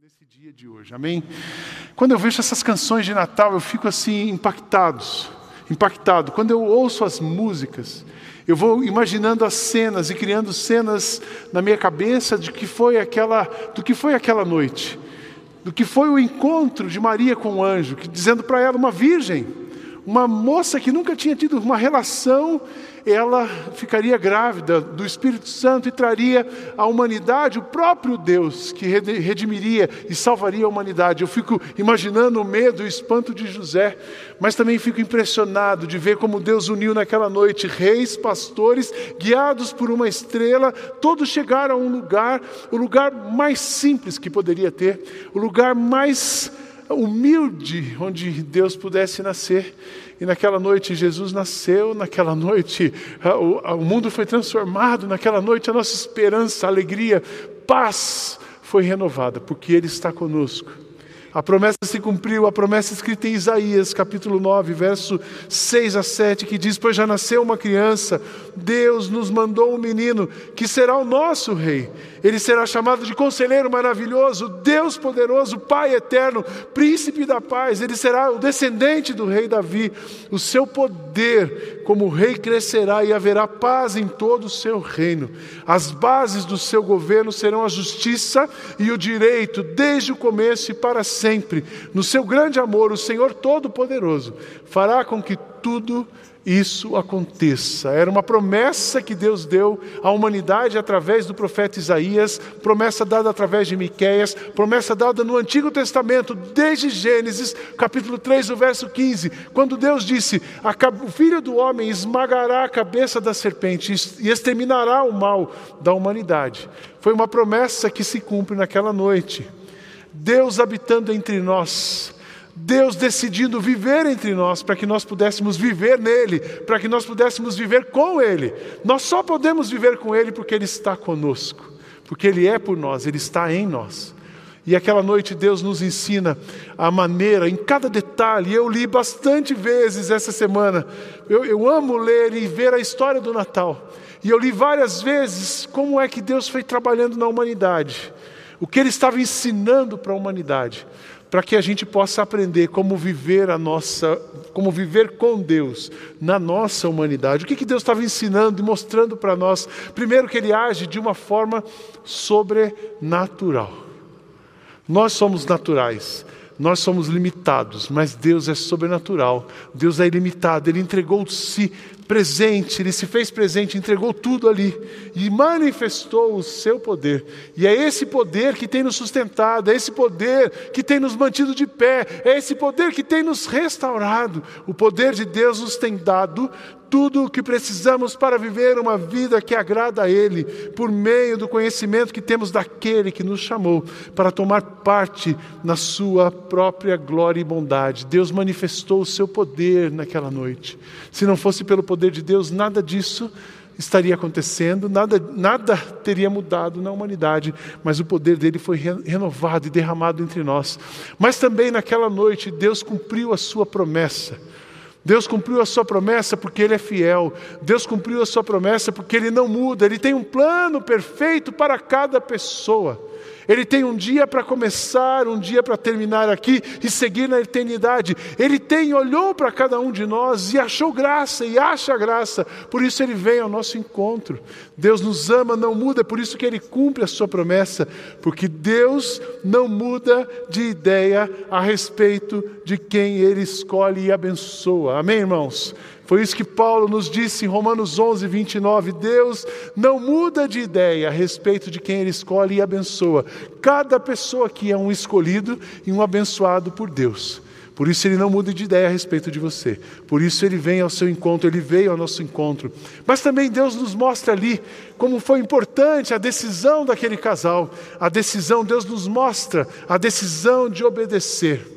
nesse dia de hoje, amém? Quando eu vejo essas canções de Natal, eu fico assim impactado. Quando eu ouço as músicas, eu vou imaginando as cenas e criando cenas na minha cabeça do que foi aquela noite, do que foi o encontro de Maria com o anjo, dizendo para ela, uma virgem, uma moça que nunca tinha tido uma relação, ela ficaria grávida do Espírito Santo e traria à humanidade o próprio Deus que redimiria e salvaria a humanidade. Eu fico imaginando o medo e o espanto de José, mas também fico impressionado de ver como Deus uniu naquela noite reis, pastores, guiados por uma estrela, todos chegaram a um lugar, o lugar mais simples que poderia ter, o lugar mais humilde onde Deus pudesse nascer. E naquela noite Jesus nasceu, naquela noite o mundo foi transformado, naquela noite a nossa esperança, alegria, paz foi renovada, porque Ele está conosco. A promessa se cumpriu, a promessa escrita em Isaías, capítulo 9, verso 6 a 7, que diz: pois já nasceu uma criança, Deus nos mandou um menino, que será o nosso rei. Ele será chamado de Conselheiro Maravilhoso, Deus Poderoso, Pai Eterno, Príncipe da Paz. Ele será o descendente do rei Davi. O seu poder como rei crescerá e haverá paz em todo o seu reino. As bases do seu governo serão a justiça e o direito, desde o começo e para sempre. No seu grande amor, o Senhor Todo-Poderoso fará com que tudo isso aconteça. Era uma promessa que Deus deu à humanidade através do profeta Isaías, promessa dada através de Miqueias, promessa dada no Antigo Testamento, desde Gênesis, capítulo 3, o verso 15, quando Deus disse: o Filho do Homem esmagará a cabeça da serpente e exterminará o mal da humanidade. Foi uma promessa que se cumpre naquela noite. Deus habitando entre nós, Deus decidindo viver entre nós, para que nós pudéssemos viver nele, para que nós pudéssemos viver com Ele. Nós só podemos viver com Ele porque Ele está conosco, porque Ele é por nós, Ele está em nós. E aquela noite Deus nos ensina a maneira, em cada detalhe. Eu li bastante vezes essa semana, eu amo ler e ver a história do Natal, e eu li várias vezes como é que Deus foi trabalhando na humanidade, o que Ele estava ensinando para a humanidade, para que a gente possa aprender como viver com Deus na nossa humanidade. O que Deus estava ensinando e mostrando para nós? Primeiro, que Ele age de uma forma sobrenatural. Nós somos naturais, nós somos limitados, mas Deus é sobrenatural, Deus é ilimitado. Ele entregou-se presente, Ele se fez presente, entregou tudo ali e manifestou o seu poder. E é esse poder que tem nos sustentado, é esse poder que tem nos mantido de pé, é esse poder que tem nos restaurado. O poder de Deus nos tem dado tudo o que precisamos para viver uma vida que agrada a Ele, por meio do conhecimento que temos daquele que nos chamou para tomar parte na sua própria glória e bondade. Deus manifestou o seu poder naquela noite. Se não fosse pelo poder de Deus, nada disso estaria acontecendo, nada teria mudado na humanidade, mas o poder dele foi renovado e derramado entre nós. Mas também naquela noite Deus cumpriu a sua promessa. Deus cumpriu a sua promessa porque Ele é fiel. Deus cumpriu a sua promessa porque Ele não muda. Ele tem um plano perfeito para cada pessoa. Ele tem um dia para começar, um dia para terminar aqui e seguir na eternidade. Ele olhou para cada um de nós e achou graça e acha graça. Por isso Ele vem ao nosso encontro. Deus nos ama, não muda, por isso que Ele cumpre a sua promessa. Porque Deus não muda de ideia a respeito de quem Ele escolhe e abençoa. Amém, irmãos? Foi isso que Paulo nos disse em Romanos 11, 29. Deus não muda de ideia a respeito de quem Ele escolhe e abençoa. Cada pessoa aqui é um escolhido e um abençoado por Deus. Por isso Ele não muda de ideia a respeito de você. Por isso Ele vem ao seu encontro, Ele veio ao nosso encontro. Mas também Deus nos mostra ali como foi importante a decisão daquele casal. Deus nos mostra a decisão de obedecer.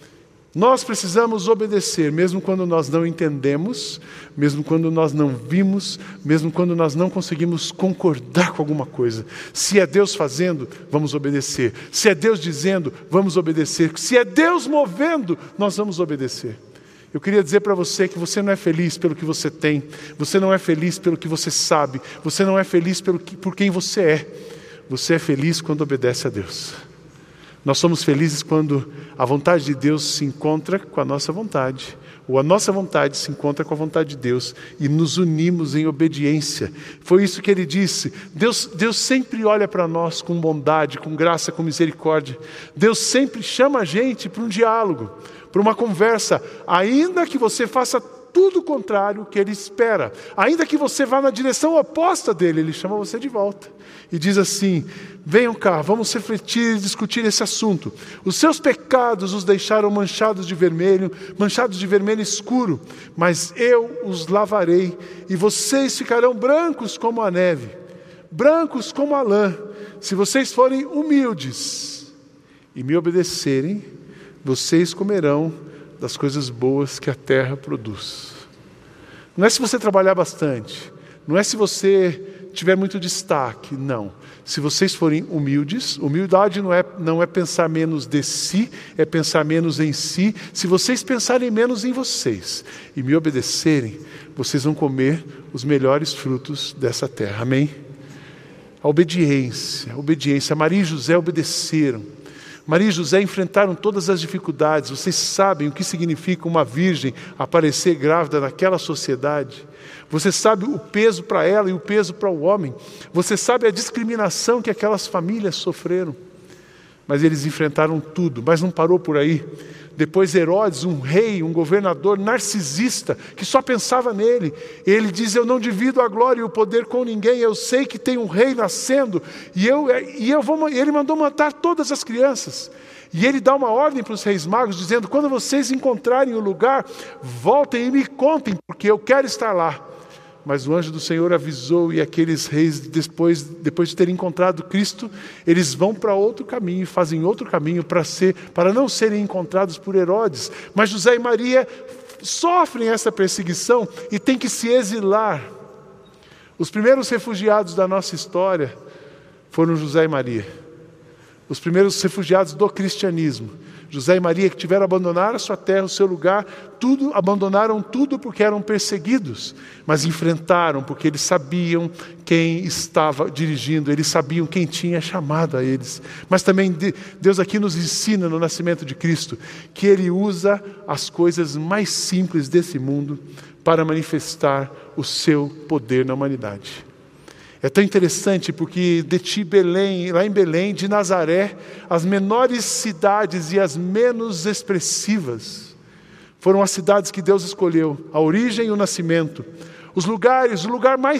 Nós precisamos obedecer, mesmo quando nós não entendemos, mesmo quando nós não vimos, mesmo quando nós não conseguimos concordar com alguma coisa. Se é Deus fazendo, vamos obedecer. Se é Deus dizendo, vamos obedecer. Se é Deus movendo, nós vamos obedecer. Eu queria dizer para você que você não é feliz pelo que você tem, você não é feliz pelo que você sabe, você não é feliz por quem você é. Você é feliz quando obedece a Deus. Nós somos felizes quando a vontade de Deus se encontra com a nossa vontade, ou a nossa vontade se encontra com a vontade de Deus, e nos unimos em obediência. Foi isso que ele disse. Deus sempre olha para nós com bondade, com graça, com misericórdia. Deus sempre chama a gente para um diálogo, para uma conversa, ainda que você faça tudo o contrário que Ele espera. Ainda que você vá na direção oposta dele, Ele chama você de volta. E diz assim: venham cá, vamos refletir e discutir esse assunto. Os seus pecados os deixaram manchados de vermelho escuro, mas eu os lavarei, e vocês ficarão brancos como a neve, brancos como a lã, se vocês forem humildes e me obedecerem. Vocês comerão das coisas boas que a terra produz. Não é se você trabalhar bastante, não é se você tiver muito destaque, não. Se vocês forem humildes, humildade não é pensar menos de si, é pensar menos em si. Se vocês pensarem menos em vocês e me obedecerem, vocês vão comer os melhores frutos dessa terra. Amém? A obediência. Maria e José obedeceram. Maria e José enfrentaram todas as dificuldades. Vocês sabem o que significa uma virgem aparecer grávida naquela sociedade. Você sabe o peso para ela e o peso para o homem. Você sabe a discriminação que aquelas famílias sofreram. Mas eles enfrentaram tudo, mas não parou por aí. Depois Herodes, um rei, um governador narcisista, que só pensava nele. Ele diz: eu não divido a glória e o poder com ninguém, eu sei que tem um rei nascendo, ele mandou matar todas as crianças. E ele dá uma ordem para os reis magos, dizendo: quando vocês encontrarem o lugar, voltem e me contem, porque eu quero estar lá. Mas o anjo do Senhor avisou, e aqueles reis, depois de terem encontrado Cristo, eles vão para outro caminho, fazem outro caminho para não serem encontrados por Herodes. Mas José e Maria sofrem essa perseguição e têm que se exilar. Os primeiros refugiados da nossa história foram José e Maria. Os primeiros refugiados do cristianismo. José e Maria, que tiveram que abandonar a sua terra, o seu lugar, abandonaram tudo porque eram perseguidos, mas enfrentaram porque eles sabiam quem estava dirigindo, eles sabiam quem tinha chamado a eles. Mas também Deus aqui nos ensina no nascimento de Cristo, que Ele usa as coisas mais simples desse mundo para manifestar o seu poder na humanidade. É tão interessante porque lá em Belém, de Nazaré, as menores cidades e as menos expressivas foram as cidades que Deus escolheu, a origem e o nascimento. O lugar mais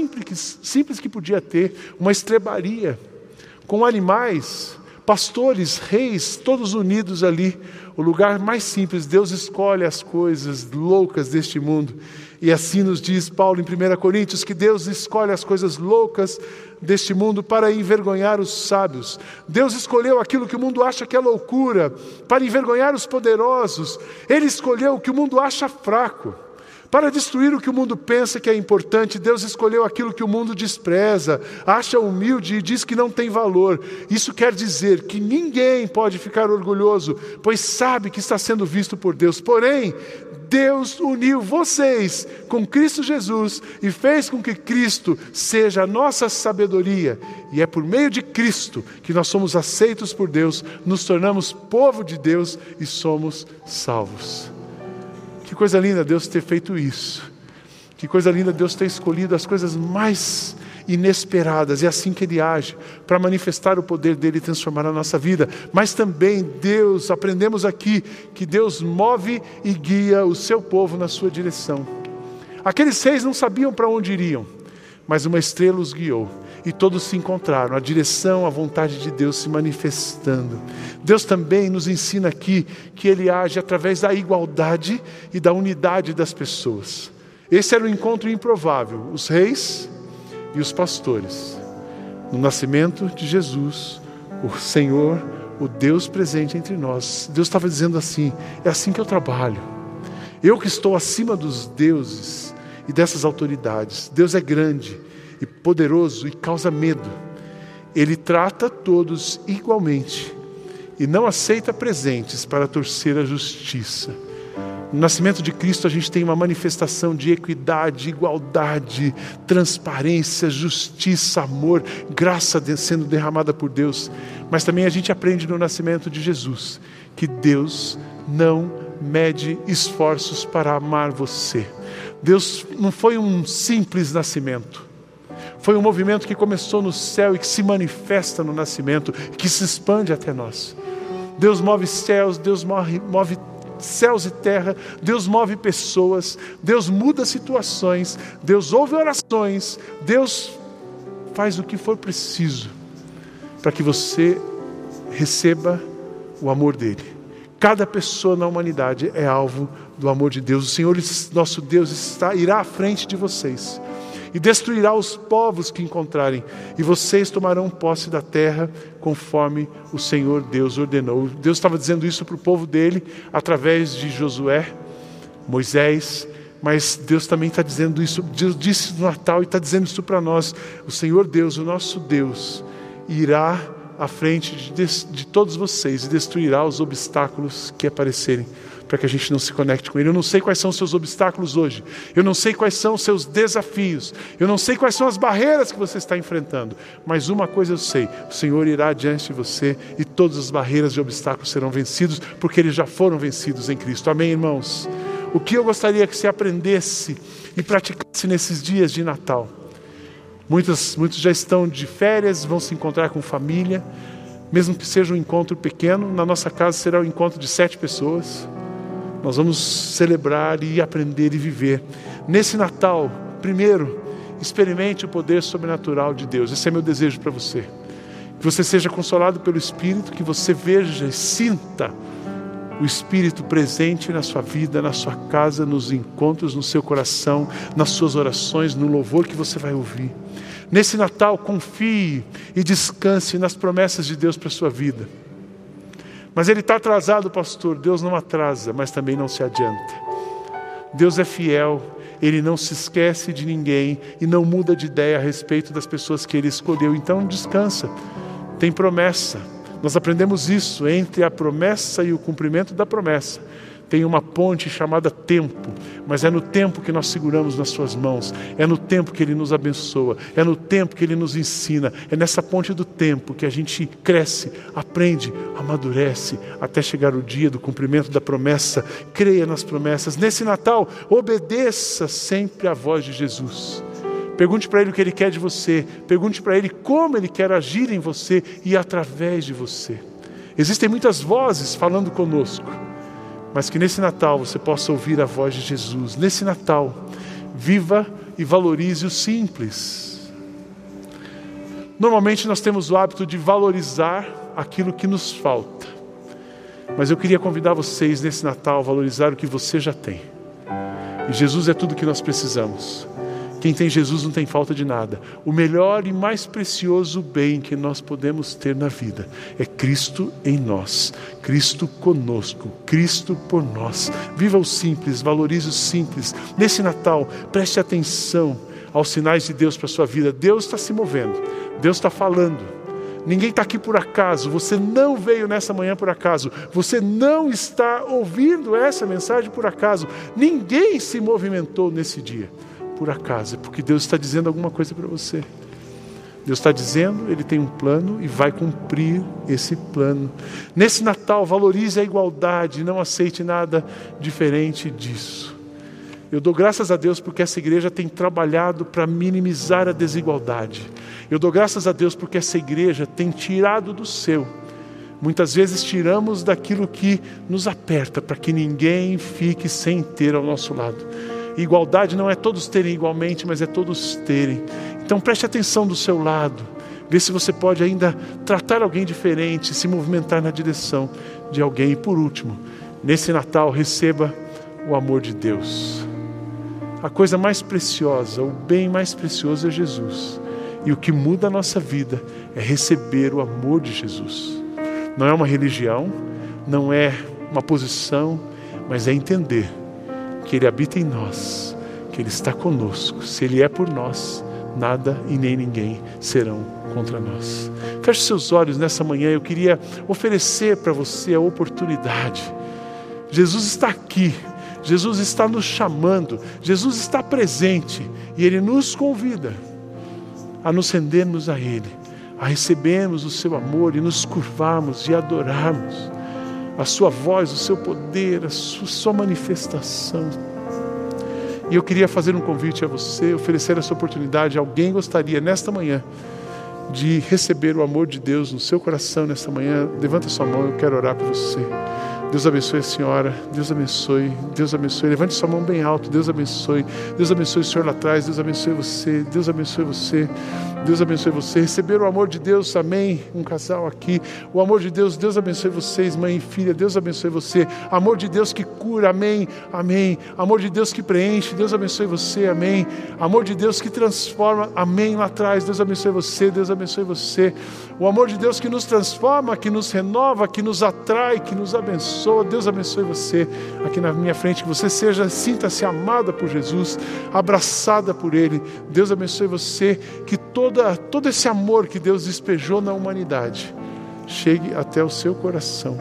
simples que podia ter, uma estrebaria, com animais, pastores, reis, todos unidos ali. O lugar mais simples. Deus escolhe as coisas loucas deste mundo. E assim nos diz Paulo em 1 Coríntios, que Deus escolhe as coisas loucas deste mundo para envergonhar os sábios. Deus escolheu aquilo que o mundo acha que é loucura, para envergonhar os poderosos. Ele escolheu o que o mundo acha fraco, para destruir o que o mundo pensa que é importante. Deus escolheu aquilo que o mundo despreza, acha humilde e diz que não tem valor. Isso quer dizer que ninguém pode ficar orgulhoso, pois sabe que está sendo visto por Deus. Porém, Deus uniu vocês com Cristo Jesus e fez com que Cristo seja a nossa sabedoria. E é por meio de Cristo que nós somos aceitos por Deus, nos tornamos povo de Deus e somos salvos. Que coisa linda Deus ter feito isso. Que coisa linda Deus ter escolhido as coisas mais inesperadas. É assim que Ele age, para manifestar o poder dEle e transformar a nossa vida. Mas também aprendemos aqui que Deus move e guia o seu povo na sua direção. Aqueles reis não sabiam para onde iriam, mas uma estrela os guiou. E todos se encontraram, a direção, a vontade de Deus se manifestando. Deus também nos ensina aqui que Ele age através da igualdade e da unidade das pessoas. Esse era um encontro improvável, os reis e os pastores. No nascimento de Jesus, o Senhor, o Deus presente entre nós, Deus estava dizendo assim: é assim que eu trabalho. Eu que estou acima dos deuses e dessas autoridades. Deus é grande e poderoso e causa medo. Ele trata todos igualmente e não aceita presentes para torcer a justiça. No nascimento de Cristo a gente tem uma manifestação de equidade, igualdade, transparência, justiça, amor, graça sendo derramada por Deus. Mas também a gente aprende no nascimento de Jesus que Deus não mede esforços para amar você. Deus não foi um simples nascimento. Foi um movimento que começou no céu e que se manifesta no nascimento, que se expande até nós. Deus move céus, Deus move céus e terra, Deus move pessoas, Deus muda situações, Deus ouve orações, Deus faz o que for preciso para que você receba o amor dele. Cada pessoa na humanidade é alvo do amor de Deus. O Senhor, nosso Deus, irá à frente de vocês e destruirá os povos que encontrarem, e vocês tomarão posse da terra conforme o Senhor Deus ordenou. Deus estava dizendo isso para o povo dele através de Josué, Moisés, mas Deus também está dizendo isso. Deus disse no Natal e está dizendo isso para nós. O Senhor Deus, o nosso Deus, irá à frente de todos vocês e destruirá os obstáculos que aparecerem, para que a gente não se conecte com Ele. Eu não sei quais são os seus obstáculos hoje. Eu não sei quais são os seus desafios. Eu não sei quais são as barreiras que você está enfrentando. Mas uma coisa eu sei: o Senhor irá adiante de você e todas as barreiras e obstáculos serão vencidos, porque eles já foram vencidos em Cristo. Amém, irmãos? O que eu gostaria que você aprendesse e praticasse nesses dias de Natal? Muitos já estão de férias, vão se encontrar com família. Mesmo que seja um encontro pequeno, na nossa casa será um encontro de 7 pessoas. Nós vamos celebrar e aprender e viver. Nesse Natal, primeiro, experimente o poder sobrenatural de Deus. Esse é meu desejo para você. Que você seja consolado pelo Espírito, que você veja e sinta o Espírito presente na sua vida, na sua casa, nos encontros, no seu coração, nas suas orações, no louvor que você vai ouvir. Nesse Natal, confie e descanse nas promessas de Deus para a sua vida. Mas ele está atrasado, pastor. Deus não atrasa, mas também não se adianta. Deus é fiel, Ele não se esquece de ninguém e não muda de ideia a respeito das pessoas que Ele escolheu. Então descansa, tem promessa. Nós aprendemos isso, entre a promessa e o cumprimento da promessa tem uma ponte chamada tempo, mas é no tempo que nós seguramos nas suas mãos, é no tempo que Ele nos abençoa, é no tempo que Ele nos ensina, é nessa ponte do tempo que a gente cresce, aprende, amadurece, até chegar o dia do cumprimento da promessa. Creia nas promessas. Nesse Natal, obedeça sempre à voz de Jesus. Pergunte para Ele o que Ele quer de você, pergunte para Ele como Ele quer agir em você e através de você. Existem muitas vozes falando conosco, mas que nesse Natal você possa ouvir a voz de Jesus. Nesse Natal, viva e valorize o simples. Normalmente nós temos o hábito de valorizar aquilo que nos falta, mas eu queria convidar vocês nesse Natal a valorizar o que você já tem. E Jesus é tudo o que nós precisamos. Quem tem Jesus não tem falta de nada. O melhor e mais precioso bem que nós podemos ter na vida é Cristo em nós, Cristo conosco, Cristo por nós. Viva o simples, valorize o simples. Nesse Natal, preste atenção aos sinais de Deus para a sua vida. Deus está se movendo, Deus está falando. Ninguém está aqui por acaso, você não veio nessa manhã por acaso, você não está ouvindo essa mensagem por acaso, ninguém se movimentou nesse dia por acaso, é porque Deus está dizendo alguma coisa para você. Deus está dizendo, Ele tem um plano e vai cumprir esse plano. Nesse Natal, valorize a igualdade, não aceite nada diferente disso. Eu dou graças a Deus porque essa igreja tem trabalhado para minimizar a desigualdade. Eu dou graças a Deus porque essa igreja tem tirado do seu. Muitas vezes tiramos daquilo que nos aperta, para que ninguém fique sem ter ao nosso lado. Igualdade não é todos terem igualmente, mas é todos terem. Então preste atenção do seu lado. Vê se você pode ainda tratar alguém diferente, se movimentar na direção de alguém. E por último, nesse Natal, receba o amor de Deus. A coisa mais preciosa, o bem mais precioso é Jesus. E o que muda a nossa vida é receber o amor de Jesus. Não é uma religião, não é uma posição, mas é entender que Ele habita em nós, que Ele está conosco. Se Ele é por nós, nada e nem ninguém serão contra nós. Feche seus olhos nessa manhã. Eu queria oferecer para você a oportunidade. Jesus está aqui, Jesus está nos chamando, Jesus está presente e Ele nos convida a nos rendermos a Ele, a recebermos o seu amor e nos curvarmos e adorarmos a sua voz, o seu poder, a sua manifestação. E eu queria fazer um convite a você, oferecer essa oportunidade. Alguém gostaria nesta manhã de receber o amor de Deus no seu coração nesta manhã? Levanta sua mão, eu quero orar por você. Deus abençoe a senhora, Deus abençoe, Deus abençoe. Levante sua mão bem alto, Deus abençoe o senhor lá atrás, Deus abençoe você, Deus abençoe você, Deus abençoe você. Receber o amor de Deus, amém. Um casal aqui, o amor de Deus, Deus abençoe vocês, mãe e filha, Deus abençoe você. Amor de Deus que cura, amém, amém. Amor de Deus que preenche, Deus abençoe você, amém. Amor de Deus que transforma, amém. Lá atrás, Deus abençoe você, Deus abençoe você. O amor de Deus que nos transforma, que nos renova, que nos atrai, que nos abençoa. Deus abençoe você aqui na minha frente, que você sinta-se amada por Jesus, abraçada por Ele. Deus abençoe você, que todo esse amor que Deus despejou na humanidade chegue até o seu coração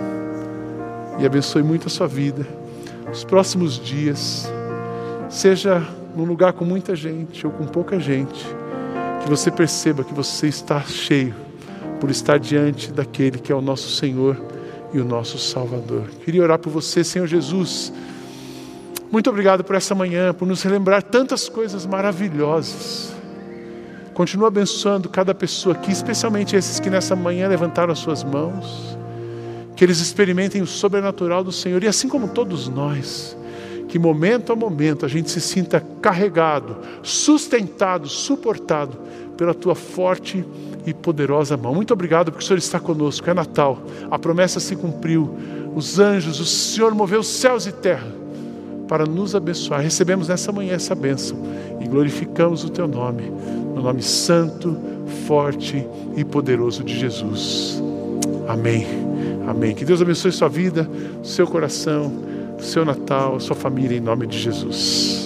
e abençoe muito a sua vida. Nos próximos dias, seja num lugar com muita gente ou com pouca gente, que você perceba que você está cheio por estar diante daquele que é o nosso Senhor e o nosso Salvador. Queria orar por você, Senhor Jesus. Muito obrigado por essa manhã, por nos relembrar tantas coisas maravilhosas. Continua abençoando cada pessoa aqui, especialmente esses que nessa manhã levantaram as suas mãos. Que eles experimentem o sobrenatural do Senhor. E assim como todos nós, que momento a momento a gente se sinta carregado, sustentado, suportado pela Tua forte e poderosa mão. Muito obrigado porque o Senhor está conosco. É Natal, a promessa se cumpriu. Os anjos, o Senhor moveu céus e terra para nos abençoar. Recebemos nessa manhã essa bênção e glorificamos o Teu nome, no nome santo, forte e poderoso de Jesus. Amém. Amém. Que Deus abençoe sua vida, seu coração, seu Natal, sua família, em nome de Jesus.